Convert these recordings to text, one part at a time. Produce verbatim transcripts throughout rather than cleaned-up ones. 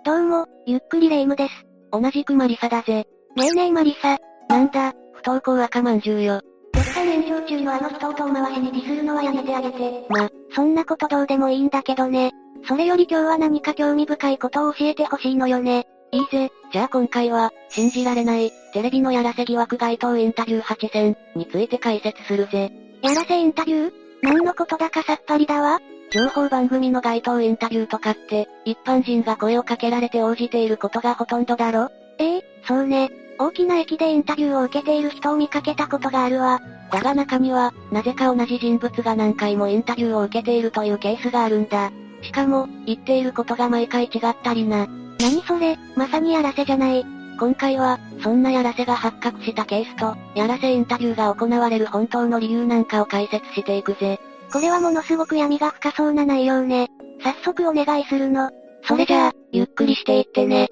どうも、ゆっくりレ夢ムです。 同じくマリサだぜ。 ねえねえマリサ。 なんだ、不登校赤まんじゅうよ。 絶対炎上中のあの人を遠回しにディスるのはやめてあげて。 ま、 そんなことどうでもいいんだけどね。それより今日は何か興味深いことを教えてほしいのよね。 いいぜ、じゃあ今回は、信じられない、テレビのやらせ疑惑街頭インタビューはちせんについて解説するぜ。 やらせインタビュー？何のことだかさっぱりだわ。 情報番組の街頭インタビューとかって、一般人が声をかけられて応じていることがほとんどだろ？ ええ、そうね。大きな駅でインタビューを受けている人を見かけたことがあるわ。 だが中には、なぜか同じ人物が何回もインタビューを受けているというケースがあるんだ。しかも、言っていることが毎回違ったりな。 何それ、まさにやらせじゃない。 今回は、そんなやらせが発覚したケースと、やらせインタビューが行われる本当の理由なんかを解説していくぜ。 これはものすごく闇が深そうな内容ね。早速お願いするの。 それじゃあ、ゆっくりしていってね。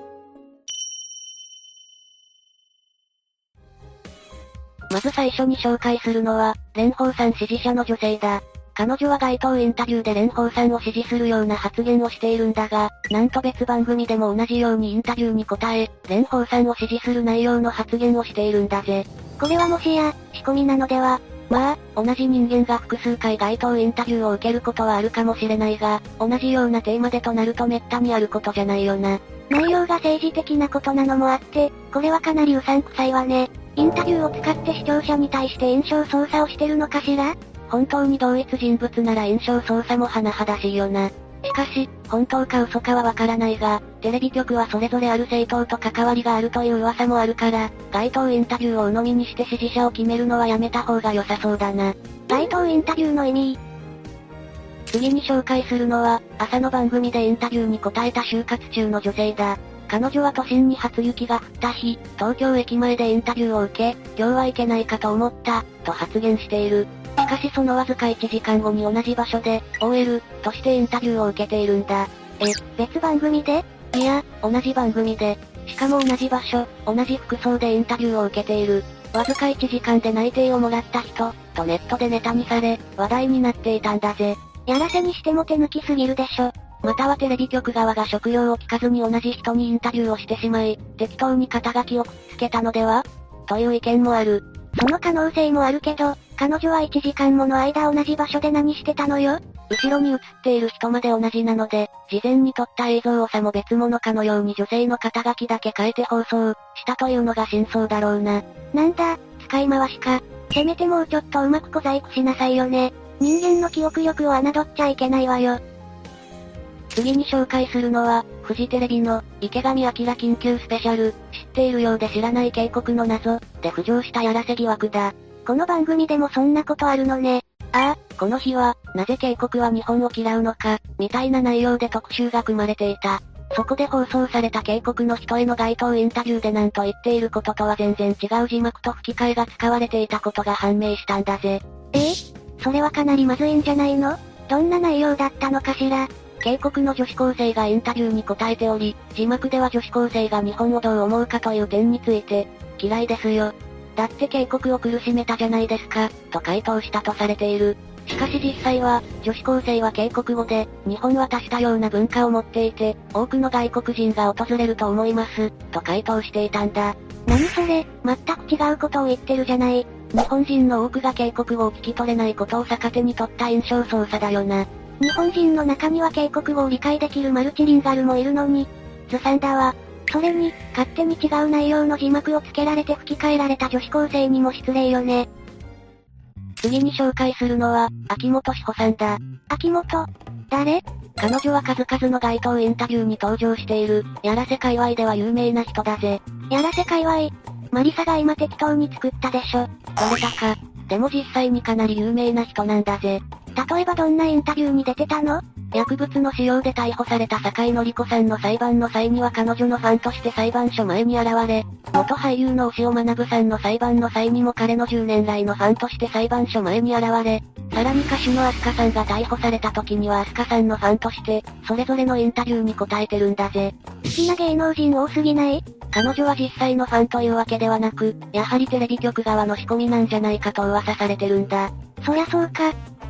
まず最初に紹介するのは、蓮舫さん支持者の女性だ。彼女は街頭インタビューで蓮舫さんを支持するような発言をしているんだが、なんと別番組でも同じようにインタビューに答え、蓮舫さんを支持する内容の発言をしているんだぜ。 これはもしや、仕込みなのでは？ まあ、同じ人間が複数回街頭インタビューを受けることはあるかもしれないが、同じようなテーマでとなると滅多にあることじゃないよな。 内容が政治的なことなのもあって、これはかなりうさんくさいわね。インタビューを使って視聴者に対して印象操作をしてるのかしら？ 本当に同一人物なら印象操作も甚だしいよな。しかし、本当か嘘かはわからないが、テレビ局はそれぞれある政党と関わりがあるという噂もあるから、街頭インタビューを鵜呑みにして支持者を決めるのはやめた方が良さそうだな。 街頭インタビューの意味。 次に紹介するのは、朝の番組でインタビューに答えた就活中の女性だ。彼女は都心に初雪が降った日、東京駅前でインタビューを受け、今日は行けないかと思った、と発言している。しかしそのわずかいちじかんごに同じ場所で、オーエル、としてインタビューを受けているんだ。 え、別番組で？ いや、同じ番組で。しかも同じ場所、同じ服装でインタビューを受けている。わずかいちじかんで内定をもらった人、とネットでネタにされ、話題になっていたんだぜ。 やらせにしても手抜きすぎるでしょ。 またはテレビ局側が職業を聞かずに同じ人にインタビューをしてしまい、適当に肩書きをくっつけたのでは？という意見もある。 その可能性もあるけど、彼女はいちじかんもの間同じ場所で何してたのよ？ 後ろに映っている人まで同じなので、事前に撮った映像をさも別物かのように女性の肩書きだけ変えて放送したというのが真相だろうな。 なんだ、使い回しか。せめてもうちょっとうまく小細工しなさいよね。人間の記憶力を侮っちゃいけないわよ。 次に紹介するのは、フジテレビの、池上彰緊急スペシャル、知っているようで知らない渓谷の謎、で浮上したやらせ疑惑だ。 この番組でもそんなことあるのね。 ああ、この日は、なぜ渓谷は日本を嫌うのか、みたいな内容で特集が組まれていた。そこで放送された渓谷の人への街頭インタビューで何と言っていることとは全然違う字幕と吹き替えが使われていたことが判明したんだぜ。 えー、それはかなりまずいんじゃないの？どんな内容だったのかしら？ 渓谷の女子高生がインタビューに答えており、字幕では女子高生が日本をどう思うかという点について、嫌いですよ。だって渓谷を苦しめたじゃないですか、と回答したとされている。しかし実際は、女子高生は渓谷語で、日本は多種多様な文化を持っていて、多くの外国人が訪れると思います、と回答していたんだ。 何それ、全く違うことを言ってるじゃない。 日本人の多くが渓谷語を聞き取れないことを逆手に取った印象操作だよな。 日本人の中には渓谷語を理解できるマルチリンガルもいるのに、ずさんだわ。それに、勝手に違う内容の字幕をつけられて吹き替えられた女子高生にも失礼よね。 次に紹介するのは、秋元志保さんだ。 秋元？誰？ 彼女は数々の街頭インタビューに登場している、やらせ界隈では有名な人だぜ。 やらせ界隈？マリサが今適当に作ったでしょ。 バレたか。でも実際にかなり有名な人なんだぜ。 例えばどんなインタビューに出てたの？ 薬物の使用で逮捕された酒井紀子さんの裁判の際には彼女のファンとして裁判所前に現れ、元俳優の押尾学さんの裁判の際にも彼のじゅうねん来のファンとして裁判所前に現れ、さらに歌手の飛鳥さんが逮捕された時には飛鳥さんのファンとして、それぞれのインタビューに答えてるんだぜ。 好きな芸能人多すぎない？ 彼女は実際のファンというわけではなく、やはりテレビ局側の仕込みなんじゃないかと噂されてるんだ。 そりゃそうか。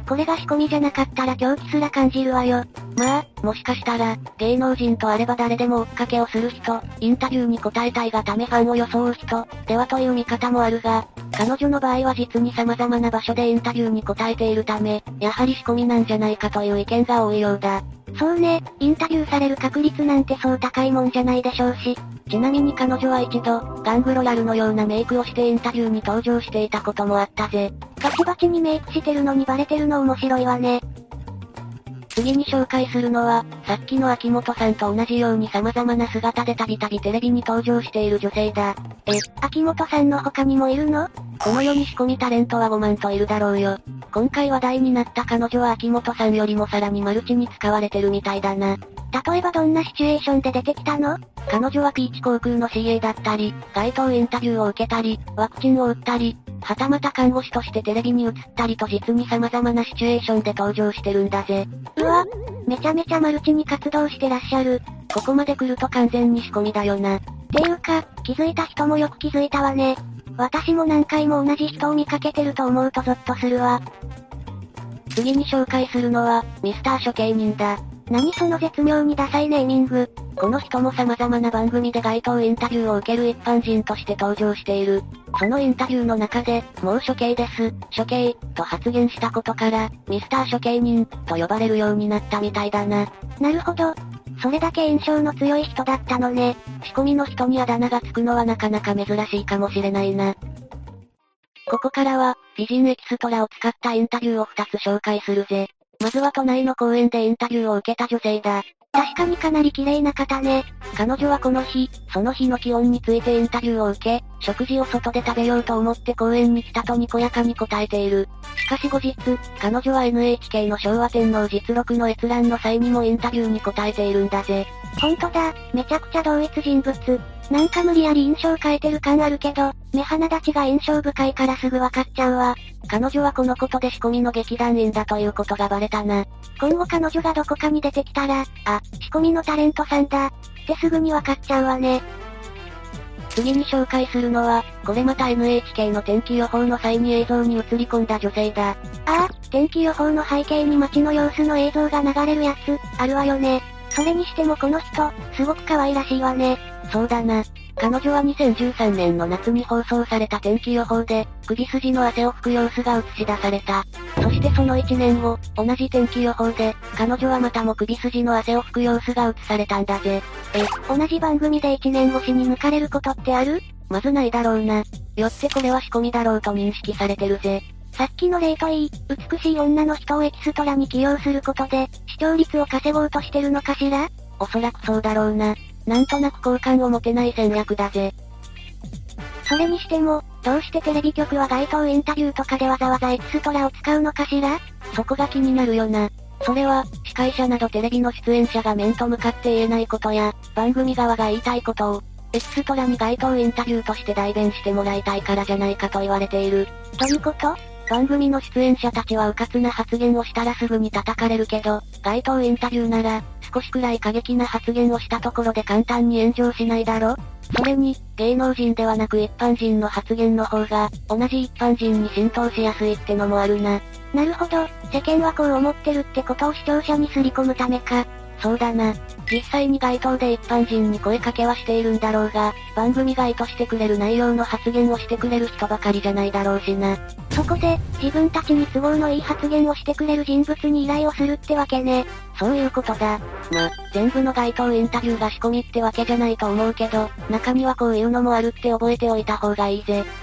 これが仕込みじゃなかったら狂気すら感じるわよ。 まあ、もしかしたら、芸能人とあれば誰でも追っかけをする人、インタビューに答えたいがためファンを装う人、ではという見方もあるが、彼女の場合は実に様々な場所でインタビューに答えているため、やはり仕込みなんじゃないかという意見が多いようだ。 そうね、インタビューされる確率なんてそう高いもんじゃないでしょうし。 ちなみに彼女は一度、ガングロヤルのようなメイクをしてインタビューに登場していたこともあったぜ。 バチバチにメイクしてるのにバレてるの面白いわね。 次に紹介するのは、さっきの秋元さんと同じように様々な姿でたびたびテレビに登場している女性だ。 え、秋元さんの他にもいるの？ この世に仕込みタレントはごまんといるだろうよ。今回話題になった彼女は秋元さんよりもさらにマルチに使われてるみたいだな。 例えばどんなシチュエーションで出てきたの？ 彼女はピーチ航空の シーエー だったり、街頭インタビューを受けたり、ワクチンを打ったり、はたまた看護師としてテレビに映ったりと実に様々なシチュエーションで登場してるんだぜ。 うわ、めちゃめちゃマルチに活動してらっしゃる。 ここまで来ると完全に仕込みだよな。 っていうか、気づいた人もよく気づいたわね。私も何回も同じ人を見かけてると思うとゾッとするわ。 次に紹介するのは、ミスター処刑人だ。 何その絶妙にダサいネーミング。 この人も様々な番組で街頭インタビューを受ける一般人として登場している。そのインタビューの中で、もう処刑です、処刑、と発言したことから、ミスター処刑人、と呼ばれるようになったみたいだな。 なるほど。それだけ印象の強い人だったのね。 仕込みの人にあだ名がつくのはなかなか珍しいかもしれないな。ここからは、美人エキストラを使ったインタビューをふたつ紹介するぜ。まずは都内の公園でインタビューを受けた女性だ。 確かにかなり綺麗な方ね。 彼女はこの日、その日の気温についてインタビューを受け、食事を外で食べようと思って公園に来たとにこやかに答えている。しかし後日、彼女は エヌエイチケー の昭和天皇実録の閲覧の際にもインタビューに答えているんだぜ。 ほんとだ、めちゃくちゃ同一人物。なんか無理やり印象変えてる感あるけど、目鼻立ちが印象深いからすぐわかっちゃうわ。 彼女はこのことで仕込みの劇団員だということがバレたな。 今後彼女がどこかに出てきたら、あ、仕込みのタレントさんだ、ってすぐにわかっちゃうわね。 次に紹介するのは、これまた エヌエイチケー の天気予報の際に映像に映り込んだ女性だ。 ああ、天気予報の背景に街の様子の映像が流れるやつ、あるわよね。それにしてもこの人、すごく可愛らしいわね。 そうだな。彼女はにせんじゅうさんねんの夏に放送された天気予報で、首筋の汗を拭く様子が映し出された。そしてそのいちねんご、同じ天気予報で、彼女はまたも首筋の汗を拭く様子が映されたんだぜ。 え、同じ番組でいちねん越しに抜かれることってある？ まずないだろうな。よってこれは仕込みだろうと認識されてるぜ。 さっきの例といい、美しい女の人をエキストラに起用することで、視聴率を稼ごうとしてるのかしら？ おそらくそうだろうな。なんとなく好感を持てない戦略だぜ。 それにしても、どうしてテレビ局は街頭インタビューとかでわざわざエキストラを使うのかしら？ そこが気になるよな。それは、司会者などテレビの出演者が面と向かって言えないことや、番組側が言いたいことを、エキストラに街頭インタビューとして代弁してもらいたいからじゃないかと言われている。 どういうこと？ 番組の出演者たちは迂闊な発言をしたらすぐに叩かれるけど、街頭インタビューなら、少しくらい過激な発言をしたところで簡単に炎上しないだろ？それに、芸能人ではなく一般人の発言の方が、同じ一般人に浸透しやすいってのもあるな。 なるほど、世間はこう思ってるってことを視聴者にすり込むためか。 そうだな。実際に街頭で一般人に声かけはしているんだろうが、番組が意図してくれる内容の発言をしてくれる人ばかりじゃないだろうしな。 そこで、自分たちに都合のいい発言をしてくれる人物に依頼をするってわけね。 そういうことだ。ま、全部の街頭インタビューが仕込みってわけじゃないと思うけど、中にはこういうのもあるって覚えておいた方がいいぜ。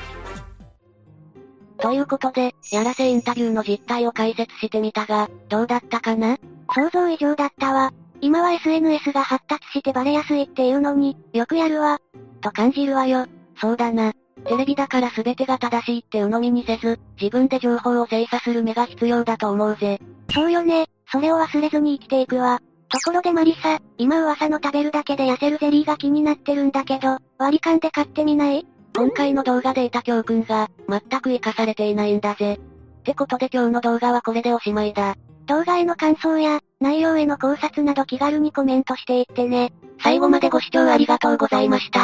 ということで、やらせインタビューの実態を解説してみたが、どうだったかな？ 想像以上だったわ。今は エスエヌエス が発達してバレやすいっていうのに、よくやるわ。と感じるわよ。 そうだな。テレビだから全てが正しいって鵜呑みにせず、自分で情報を精査する目が必要だと思うぜ。 そうよね。それを忘れずに生きていくわ。ところでマリサ、今噂の食べるだけで痩せるゼリーが気になってるんだけど、割り勘で買ってみない？ 今回の動画で得た教訓が、全く活かされていないんだぜ。ってことで今日の動画はこれでおしまいだ。 動画への感想や、内容への考察など気軽にコメントしていってね。 最後までご視聴ありがとうございました。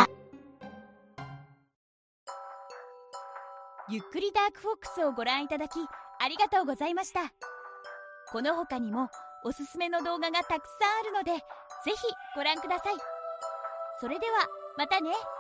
ゆっくりダークフォックスをご覧いただき、 ありがとうございました。この他にもおすすめの動画がたくさんあるので、ぜひご覧ください。それではまたね。